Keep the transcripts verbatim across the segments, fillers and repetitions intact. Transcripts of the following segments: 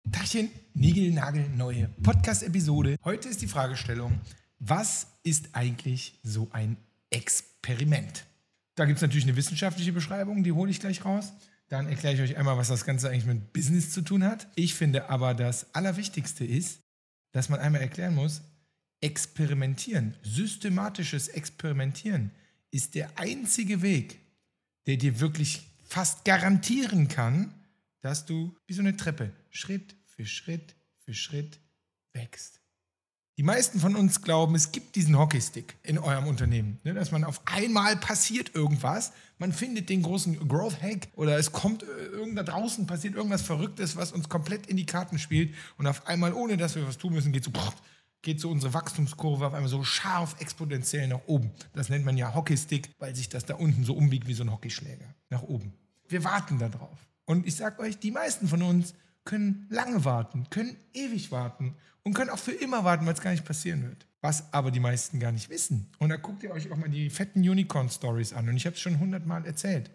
Tachchen, niegelnagelneue Podcast-Episode. Heute ist die Fragestellung, was ist eigentlich so ein Experiment? Da gibt es natürlich eine wissenschaftliche Beschreibung, die hole ich gleich raus. Dann erkläre ich euch einmal, was das Ganze eigentlich mit Business zu tun hat. Ich finde aber, das Allerwichtigste ist, dass man einmal erklären muss, Experimentieren, systematisches Experimentieren ist der einzige Weg, der dir wirklich fast garantieren kann, dass du wie so eine Treppe Schritt für Schritt für Schritt wächst. Die meisten von uns glauben, es gibt diesen Hockeystick in eurem Unternehmen, ne, dass man auf einmal passiert irgendwas, man findet den großen Growth Hack oder es kommt irgend da draußen, passiert irgendwas Verrücktes, was uns komplett in die Karten spielt und auf einmal, ohne dass wir was tun müssen, geht so, geht so unsere Wachstumskurve auf einmal so scharf exponentiell nach oben. Das nennt man ja Hockeystick, weil sich das da unten so umbiegt wie so ein Hockeyschläger nach oben. Wir warten da drauf. Und ich sage euch, die meisten von uns können lange warten, können ewig warten und können auch für immer warten, weil es gar nicht passieren wird. Was aber die meisten gar nicht wissen. Und da guckt ihr euch auch mal die fetten Unicorn-Stories an. Und ich habe es schon hundertmal erzählt.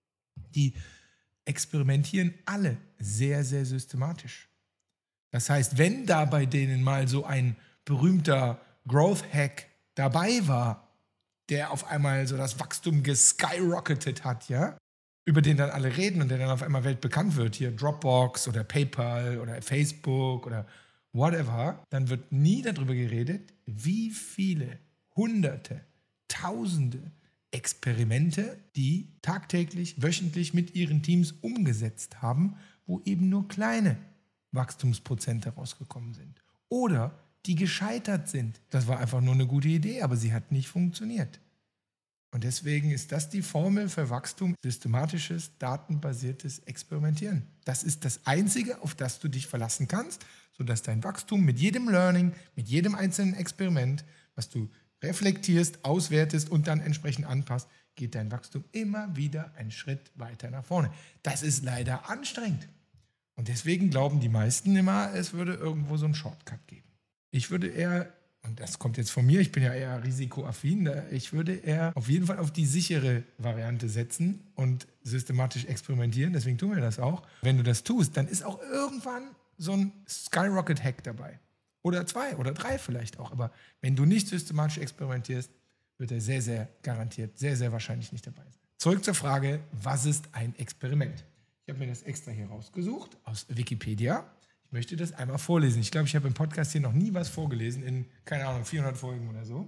Die experimentieren alle sehr, sehr systematisch. Das heißt, wenn da bei denen mal so ein berühmter Growth-Hack dabei war, der auf einmal so das Wachstum geskyrocketet hat, ja, über den dann alle reden und der dann auf einmal weltbekannt wird, hier Dropbox oder PayPal oder Facebook oder whatever, dann wird nie darüber geredet, wie viele Hunderte, Tausende Experimente die tagtäglich, wöchentlich mit ihren Teams umgesetzt haben, wo eben nur kleine Wachstumsprozente rausgekommen sind. Oder die gescheitert sind. Das war einfach nur eine gute Idee, aber sie hat nicht funktioniert. Und deswegen ist das die Formel für Wachstum, systematisches, datenbasiertes Experimentieren. Das ist das Einzige, auf das du dich verlassen kannst, sodass dein Wachstum mit jedem Learning, mit jedem einzelnen Experiment, was du reflektierst, auswertest und dann entsprechend anpasst, geht dein Wachstum immer wieder einen Schritt weiter nach vorne. Das ist leider anstrengend. Und deswegen glauben die meisten immer, es würde irgendwo so einen Shortcut geben. Ich würde eher, und das kommt jetzt von mir, ich bin ja eher risikoaffin, ich würde eher auf jeden Fall auf die sichere Variante setzen und systematisch experimentieren, deswegen tun wir das auch. Wenn du das tust, dann ist auch irgendwann so ein Skyrocket-Hack dabei. Oder zwei oder drei vielleicht auch. Aber wenn du nicht systematisch experimentierst, wird er sehr, sehr garantiert, sehr, sehr wahrscheinlich nicht dabei sein. Zurück zur Frage, was ist ein Experiment? Ich habe mir das extra hier rausgesucht aus Wikipedia. Ich möchte das einmal vorlesen. Ich glaube, ich habe im Podcast hier noch nie was vorgelesen, in, keine Ahnung, vierhundert Folgen oder so.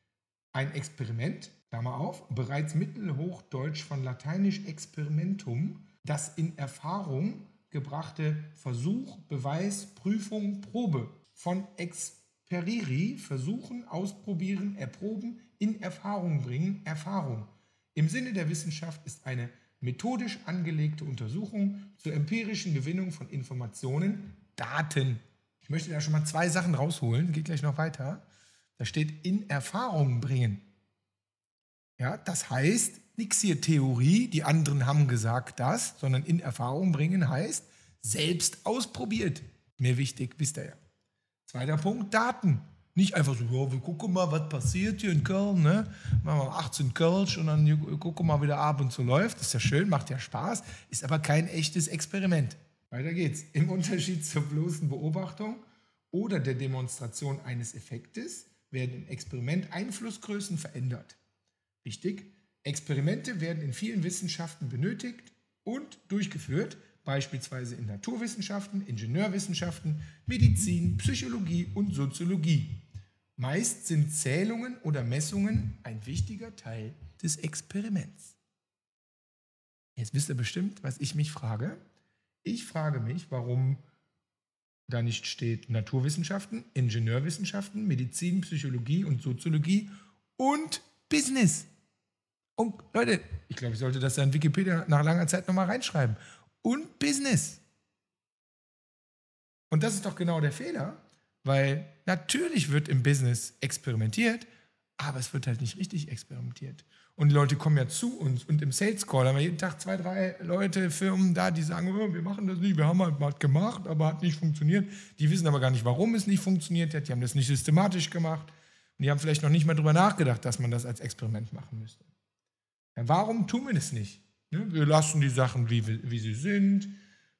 Ein Experiment, Klammer auf, bereits mittelhochdeutsch von lateinisch experimentum, das in Erfahrung gebrachte Versuch, Beweis, Prüfung, Probe von experiri, versuchen, ausprobieren, erproben, in Erfahrung bringen, Erfahrung. Im Sinne der Wissenschaft ist eine methodisch angelegte Untersuchung zur empirischen Gewinnung von Informationen, Daten. Ich möchte da schon mal zwei Sachen rausholen, geht gleich noch weiter. Da steht in Erfahrung bringen. Ja, das heißt, nichts hier Theorie, die anderen haben gesagt das, sondern in Erfahrung bringen heißt, selbst ausprobiert. Mir wichtig, wisst ihr ja. Zweiter Punkt, Daten. Nicht einfach so, ja, wir gucken mal, was passiert hier in Köln, ne? Machen wir achtzehn Kölsch und dann gucken wir mal, wie der Abend so läuft. Das ist ja schön, macht ja Spaß, ist aber kein echtes Experiment. Weiter geht's. Im Unterschied zur bloßen Beobachtung oder der Demonstration eines Effektes werden im Experiment Einflussgrößen verändert. Wichtig, Experimente werden in vielen Wissenschaften benötigt und durchgeführt, beispielsweise in Naturwissenschaften, Ingenieurwissenschaften, Medizin, Psychologie und Soziologie. Meist sind Zählungen oder Messungen ein wichtiger Teil des Experiments. Jetzt wisst ihr bestimmt, was ich mich frage. Ich frage mich, warum da nicht steht Naturwissenschaften, Ingenieurwissenschaften, Medizin, Psychologie und Soziologie und Business. Und Leute, ich glaube, ich sollte das ja in Wikipedia nach langer Zeit nochmal reinschreiben. Und Business. Und das ist doch genau der Fehler, weil natürlich wird im Business experimentiert, aber es wird halt nicht richtig experimentiert. Und die Leute kommen ja zu uns und im Sales Call haben wir jeden Tag zwei, drei Leute, Firmen da, die sagen, oh, wir machen das nicht, wir haben halt was gemacht, aber hat nicht funktioniert. Die wissen aber gar nicht, warum es nicht funktioniert hat, die haben das nicht systematisch gemacht und die haben vielleicht noch nicht mal drüber nachgedacht, dass man das als Experiment machen müsste. Ja, warum tun wir das nicht? Wir lassen die Sachen, wie, wie sie sind.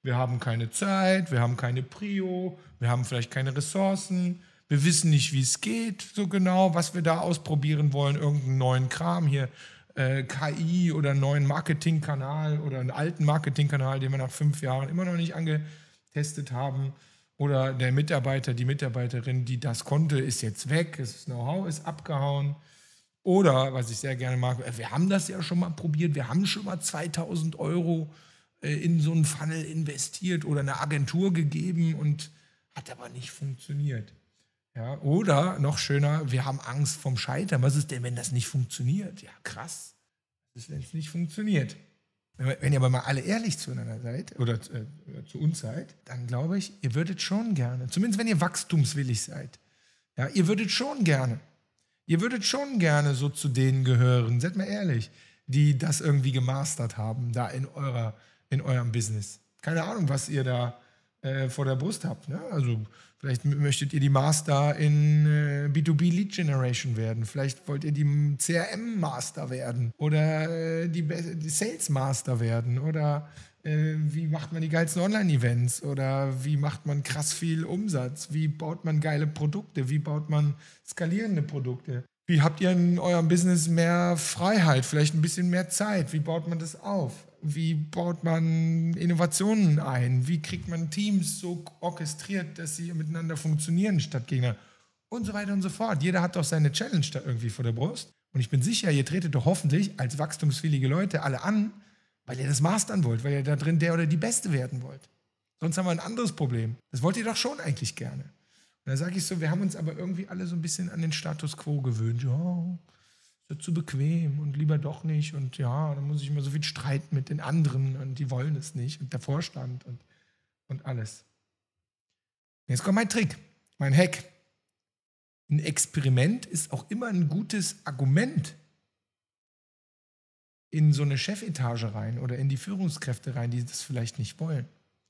Wir haben keine Zeit, wir haben keine Prio, wir haben vielleicht keine Ressourcen, wir wissen nicht, wie es geht so genau, was wir da ausprobieren wollen, irgendeinen neuen Kram hier, äh, K I oder einen neuen Marketingkanal oder einen alten Marketingkanal, den wir nach fünf Jahren immer noch nicht angetestet haben. Oder der Mitarbeiter, die Mitarbeiterin, die das konnte, ist jetzt weg, das Know-how ist abgehauen. Oder, was ich sehr gerne mag, wir haben das ja schon mal probiert, wir haben schon mal zweitausend Euro äh, in so einen Funnel investiert oder eine Agentur gegeben und hat aber nicht funktioniert. Ja, oder, noch schöner, wir haben Angst vom Scheitern. Was ist denn, wenn das nicht funktioniert? Ja, krass. Was ist, wenn es nicht funktioniert? Wenn, wenn ihr aber mal alle ehrlich zueinander seid oder äh, zu uns seid, dann glaube ich, ihr würdet schon gerne, zumindest wenn ihr wachstumswillig seid, ja, ihr würdet schon gerne, ihr würdet schon gerne so zu denen gehören, seid mal ehrlich, die das irgendwie gemastert haben, da in, eurer, in eurem Business. Keine Ahnung, was ihr da äh, vor der Brust habt. Ne? Also vielleicht möchtet ihr die Master in äh, B zwei B Lead Generation werden. Vielleicht wollt ihr die C R M Master werden oder äh, die, die Sales Master werden oder äh, wie macht man die geilsten Online-Events oder wie macht man krass viel Umsatz? Wie baut man geile Produkte? Wie baut man skalierende Produkte? Wie habt ihr in eurem Business mehr Freiheit, vielleicht ein bisschen mehr Zeit? Wie baut man das auf? Wie baut man Innovationen ein? Wie kriegt man Teams so orchestriert, dass sie miteinander funktionieren statt gegeneinander? Und so weiter und so fort. Jeder hat doch seine Challenge da irgendwie vor der Brust. Und ich bin sicher, ihr tretet doch hoffentlich als wachstumswillige Leute alle an, weil ihr das mastern wollt, weil ihr da drin der oder die Beste werden wollt. Sonst haben wir ein anderes Problem. Das wollt ihr doch schon eigentlich gerne. Und da sage ich so, wir haben uns aber irgendwie alle so ein bisschen an den Status quo gewöhnt. Ja, ist ja zu bequem und lieber doch nicht. Und ja, dann muss ich immer so viel streiten mit den anderen und die wollen es nicht. Und der Vorstand und, und alles. Jetzt kommt mein Trick, mein Hack. Ein Experiment ist auch immer ein gutes Argument in so eine Chefetage rein oder in die Führungskräfte rein, die das vielleicht nicht wollen.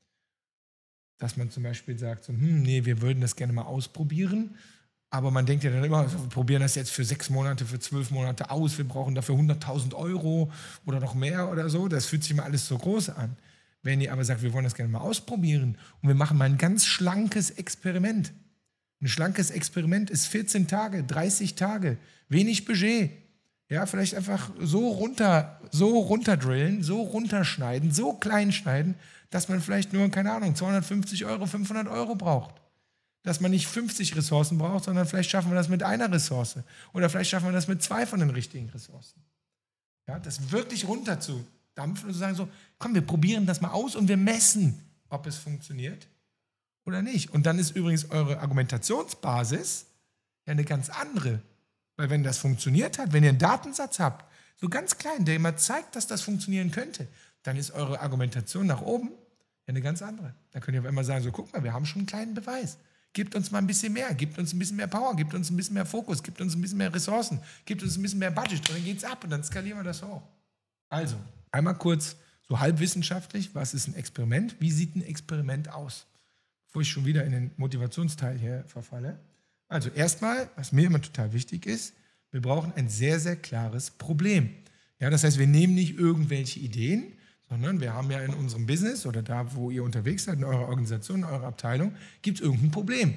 Dass man zum Beispiel sagt, so, hm, nee, wir würden das gerne mal ausprobieren, aber man denkt ja dann immer, also wir probieren das jetzt für sechs Monate, für zwölf Monate aus, wir brauchen dafür hunderttausend Euro oder noch mehr oder so, das fühlt sich mal alles so groß an. Wenn ihr aber sagt, wir wollen das gerne mal ausprobieren und wir machen mal ein ganz schlankes Experiment. Ein schlankes Experiment ist vierzehn Tage, dreißig Tage, wenig Budget. Ja, vielleicht einfach so runter, so runterdrillen, so runterschneiden, so klein schneiden, dass man vielleicht nur, keine Ahnung, zweihundertfünfzig Euro, fünfhundert Euro braucht. Dass man nicht fünfzig Ressourcen braucht, sondern vielleicht schaffen wir das mit einer Ressource. Oder vielleicht schaffen wir das mit zwei von den richtigen Ressourcen. Ja, das wirklich runter zu dampfen und zu sagen so, komm, wir probieren das mal aus und wir messen, ob es funktioniert oder nicht. Und dann ist übrigens eure Argumentationsbasis ja eine ganz andere. Weil wenn das funktioniert hat, wenn ihr einen Datensatz habt, so ganz klein, der immer zeigt, dass das funktionieren könnte, dann ist eure Argumentation nach oben ja eine ganz andere. Da könnt ihr auf einmal sagen, so guck mal, wir haben schon einen kleinen Beweis. Gebt uns mal ein bisschen mehr, gebt uns ein bisschen mehr Power, gebt uns ein bisschen mehr Fokus, gebt uns ein bisschen mehr Ressourcen, gebt uns ein bisschen mehr Budget und dann geht's ab und dann skalieren wir das hoch. Also, einmal kurz so halbwissenschaftlich, was ist ein Experiment? Wie sieht ein Experiment aus? Bevor ich schon wieder in den Motivationsteil hier verfalle. Also erstmal, was mir immer total wichtig ist, wir brauchen ein sehr, sehr klares Problem. Ja, das heißt, wir nehmen nicht irgendwelche Ideen, sondern wir haben ja in unserem Business oder da, wo ihr unterwegs seid, in eurer Organisation, in eurer Abteilung, gibt es irgendein Problem.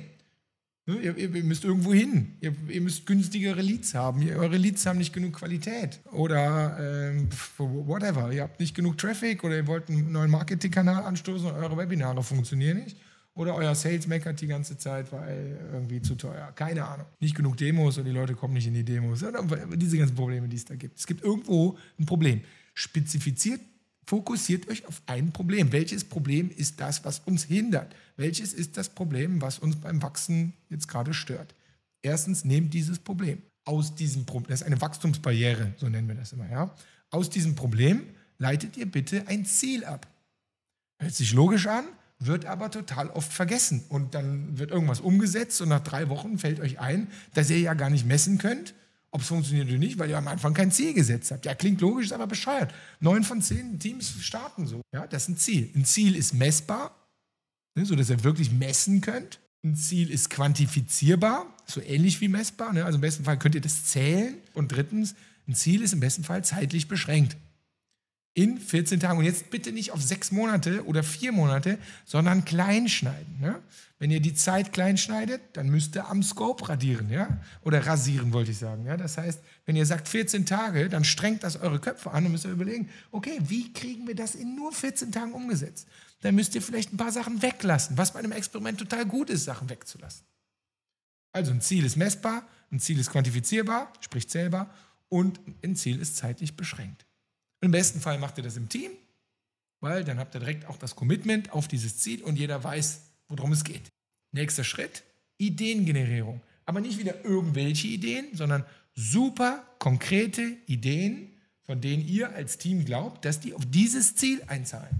Ihr, ihr müsst irgendwo hin. Ihr, ihr müsst günstigere Leads haben. Ihr, eure Leads haben nicht genug Qualität. Oder ähm, whatever. Ihr habt nicht genug Traffic oder ihr wollt einen neuen Marketingkanal anstoßen und eure Webinare funktionieren nicht. Oder euer Sales meckert die ganze Zeit, weil irgendwie zu teuer. Keine Ahnung. Nicht genug Demos oder die Leute kommen nicht in die Demos. Diese ganzen Probleme, die es da gibt. Es gibt irgendwo ein Problem. Spezifiziert, fokussiert euch auf ein Problem. Welches Problem ist das, was uns hindert? Welches ist das Problem, was uns beim Wachsen jetzt gerade stört? Erstens, nehmt dieses Problem. Aus diesem Problem, das ist eine Wachstumsbarriere, so nennen wir das immer. Ja? Aus diesem Problem leitet ihr bitte ein Ziel ab. Hört sich logisch an, wird aber total oft vergessen. Und dann wird irgendwas umgesetzt und nach drei Wochen fällt euch ein, dass ihr ja gar nicht messen könnt, ob es funktioniert oder nicht, weil ihr am Anfang kein Ziel gesetzt habt. Ja, klingt logisch, ist aber bescheuert. Neun von zehn Teams starten so. Ja, das ist ein Ziel. Ein Ziel ist messbar, ne, sodass ihr wirklich messen könnt. Ein Ziel ist quantifizierbar, so ähnlich wie messbar. Ne? Also im besten Fall könnt ihr das zählen. Und drittens, ein Ziel ist im besten Fall zeitlich beschränkt. In vierzehn Tagen. Und jetzt bitte nicht auf sechs Monate oder vier Monate, sondern klein schneiden. Ne? Wenn ihr die Zeit klein schneidet, dann müsst ihr am Scope radieren. Ja? Oder rasieren, wollte ich sagen. Ja? Das heißt, wenn ihr sagt vierzehn Tage, dann strengt das eure Köpfe an und müsst ihr überlegen, okay, wie kriegen wir das in nur vierzehn Tagen umgesetzt? Dann müsst ihr vielleicht ein paar Sachen weglassen, was bei einem Experiment total gut ist, Sachen wegzulassen. Also ein Ziel ist messbar, ein Ziel ist quantifizierbar, sprich zählbar, und ein Ziel ist zeitlich beschränkt. Im besten Fall macht ihr das im Team, weil dann habt ihr direkt auch das Commitment auf dieses Ziel und jeder weiß, worum es geht. Nächster Schritt, Ideengenerierung. Aber nicht wieder irgendwelche Ideen, sondern super konkrete Ideen, von denen ihr als Team glaubt, dass die auf dieses Ziel einzahlen.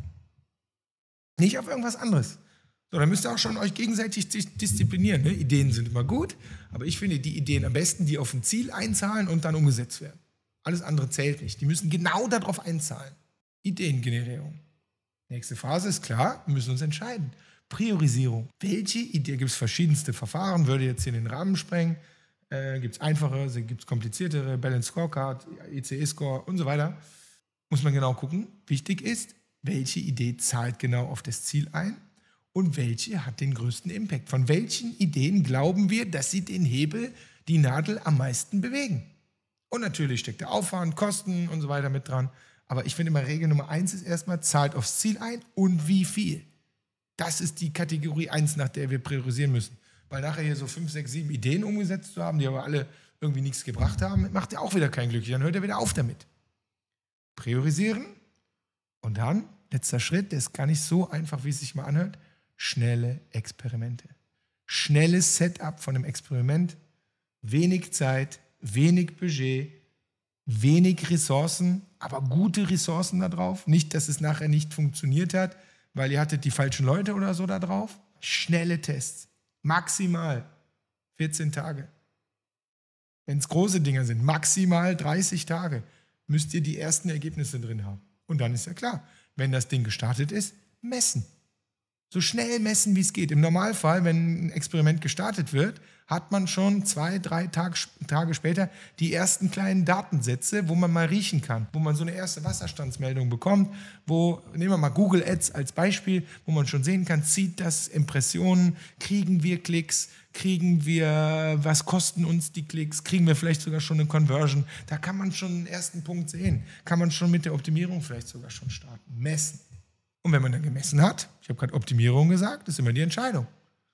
Nicht auf irgendwas anderes. So, dann müsst ihr auch schon euch gegenseitig disziplinieren. Ne? Ideen sind immer gut, aber ich finde die Ideen am besten, die auf ein Ziel einzahlen und dann umgesetzt werden. Alles andere zählt nicht. Die müssen genau darauf einzahlen. Ideengenerierung. Nächste Phase ist klar, wir müssen uns entscheiden. Priorisierung. Welche Idee? Gibt es verschiedenste Verfahren, würde jetzt hier den Rahmen sprengen. Äh, gibt es einfache, gibt es kompliziertere, Balanced Scorecard, I C E-Score und so weiter. Muss man genau gucken. Wichtig ist, welche Idee zahlt genau auf das Ziel ein und welche hat den größten Impact. Von welchen Ideen glauben wir, dass sie den Hebel, die Nadel am meisten bewegen? Und natürlich steckt der Aufwand, Kosten und so weiter mit dran. Aber ich finde immer, Regel Nummer eins ist erstmal, zahlt aufs Ziel ein und wie viel. Das ist die Kategorie eins, nach der wir priorisieren müssen. Weil nachher hier so fünf, sechs, sieben Ideen umgesetzt zu haben, die aber alle irgendwie nichts gebracht haben, macht ja auch wieder kein Glück. Dann hört er wieder auf damit. Priorisieren und dann, letzter Schritt, der ist gar nicht so einfach, wie es sich mal anhört, schnelle Experimente. Schnelles Setup von einem Experiment, wenig Zeit, wenig Budget, wenig Ressourcen, aber gute Ressourcen da drauf. Nicht, dass es nachher nicht funktioniert hat, weil ihr hattet die falschen Leute oder so da drauf. Schnelle Tests, maximal vierzehn Tage. Wenn es große Dinger sind, maximal dreißig Tage, müsst ihr die ersten Ergebnisse drin haben. Und dann ist ja klar, wenn das Ding gestartet ist, messen. So schnell messen, wie es geht. Im Normalfall, wenn ein Experiment gestartet wird, hat man schon zwei, drei Tag, Tage später die ersten kleinen Datensätze, wo man mal riechen kann, wo man so eine erste Wasserstandsmeldung bekommt, wo, nehmen wir mal Google Ads als Beispiel, wo man schon sehen kann, zieht das Impressionen, kriegen wir Klicks, kriegen wir, was kosten uns die Klicks, kriegen wir vielleicht sogar schon eine Conversion. Da kann man schon einen ersten Punkt sehen, kann man schon mit der Optimierung vielleicht sogar schon starten, messen. Und wenn man dann gemessen hat, ich habe gerade Optimierung gesagt, ist immer die Entscheidung.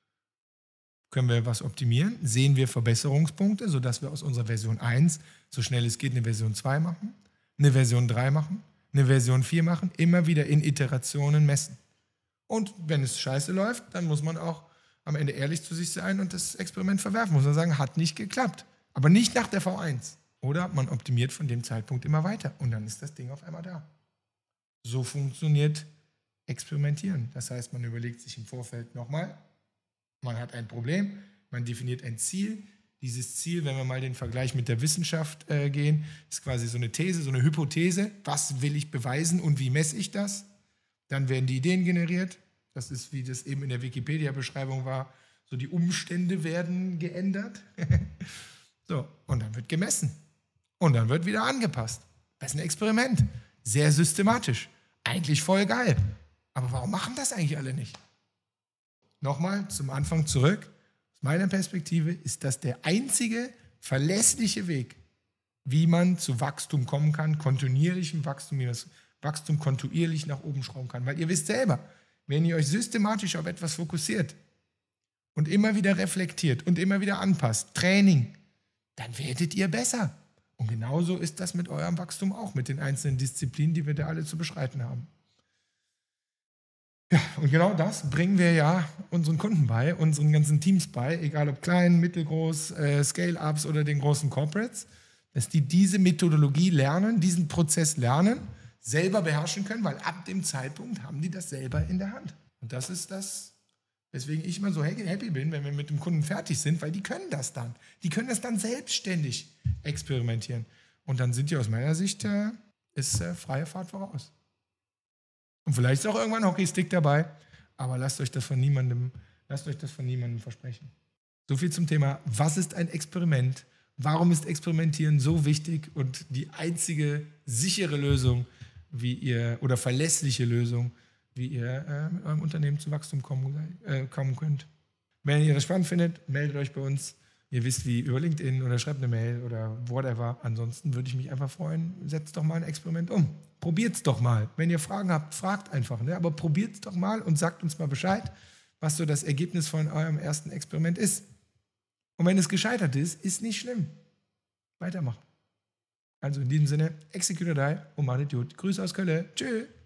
Können wir was optimieren? Sehen wir Verbesserungspunkte, sodass wir aus unserer Version eins, so schnell es geht, eine Version zwei machen, eine Version drei machen, eine Version vier machen, immer wieder in Iterationen messen. Und wenn es scheiße läuft, dann muss man auch am Ende ehrlich zu sich sein und das Experiment verwerfen. Muss man sagen, hat nicht geklappt. Aber nicht nach der V eins. Oder man optimiert von dem Zeitpunkt immer weiter und dann ist das Ding auf einmal da. So funktioniert Experimentieren. Das heißt, man überlegt sich im Vorfeld nochmal, man hat ein Problem, man definiert ein Ziel. Dieses Ziel, wenn wir mal den Vergleich mit der Wissenschaft äh, gehen, ist quasi so eine These, so eine Hypothese. Was will ich beweisen und wie messe ich das? Dann werden die Ideen generiert. Das ist, wie das eben in der Wikipedia-Beschreibung war, so die Umstände werden geändert. So, und dann wird gemessen. Und dann wird wieder angepasst. Das ist ein Experiment. Sehr systematisch. Eigentlich voll geil. Aber warum machen das eigentlich alle nicht? Nochmal zum Anfang zurück. Aus meiner Perspektive ist das der einzige verlässliche Weg, wie man zu Wachstum kommen kann, kontinuierlichem Wachstum, wie man das Wachstum kontinuierlich nach oben schrauben kann. Weil ihr wisst selber, wenn ihr euch systematisch auf etwas fokussiert und immer wieder reflektiert und immer wieder anpasst, Training, dann werdet ihr besser. Und genauso ist das mit eurem Wachstum auch, mit den einzelnen Disziplinen, die wir da alle zu beschreiten haben. Ja, und genau das bringen wir ja unseren Kunden bei, unseren ganzen Teams bei, egal ob klein, mittelgroß, äh, Scale-Ups oder den großen Corporates, dass die diese Methodologie lernen, diesen Prozess lernen, selber beherrschen können, weil ab dem Zeitpunkt haben die das selber in der Hand. Und das ist das, weswegen ich immer so happy bin, wenn wir mit dem Kunden fertig sind, weil die können das dann. Die können das dann selbstständig experimentieren. Und dann sind die aus meiner Sicht, äh, ist äh, freie Fahrt voraus. Und vielleicht ist auch irgendwann ein Hockeystick dabei, aber lasst euch das von niemandem, lasst euch das von niemandem versprechen. So viel zum Thema, was ist ein Experiment? Warum ist Experimentieren so wichtig und die einzige sichere Lösung, wie ihr, oder verlässliche Lösungen, wie ihr äh, mit eurem Unternehmen zu Wachstum kommen, äh, kommen könnt. Wenn ihr das spannend findet, meldet euch bei uns. Ihr wisst wie, über LinkedIn oder schreibt eine Mail oder whatever. Ansonsten würde ich mich einfach freuen, setzt doch mal ein Experiment um. Probiert's doch mal. Wenn ihr Fragen habt, fragt einfach. Ne? Aber probiert's doch mal und sagt uns mal Bescheid, was so das Ergebnis von eurem ersten Experiment ist. Und wenn es gescheitert ist, ist nicht schlimm. Weitermachen. Also in diesem Sinne, execute or die und macht Idiot. Grüße aus Köln. Tschüss.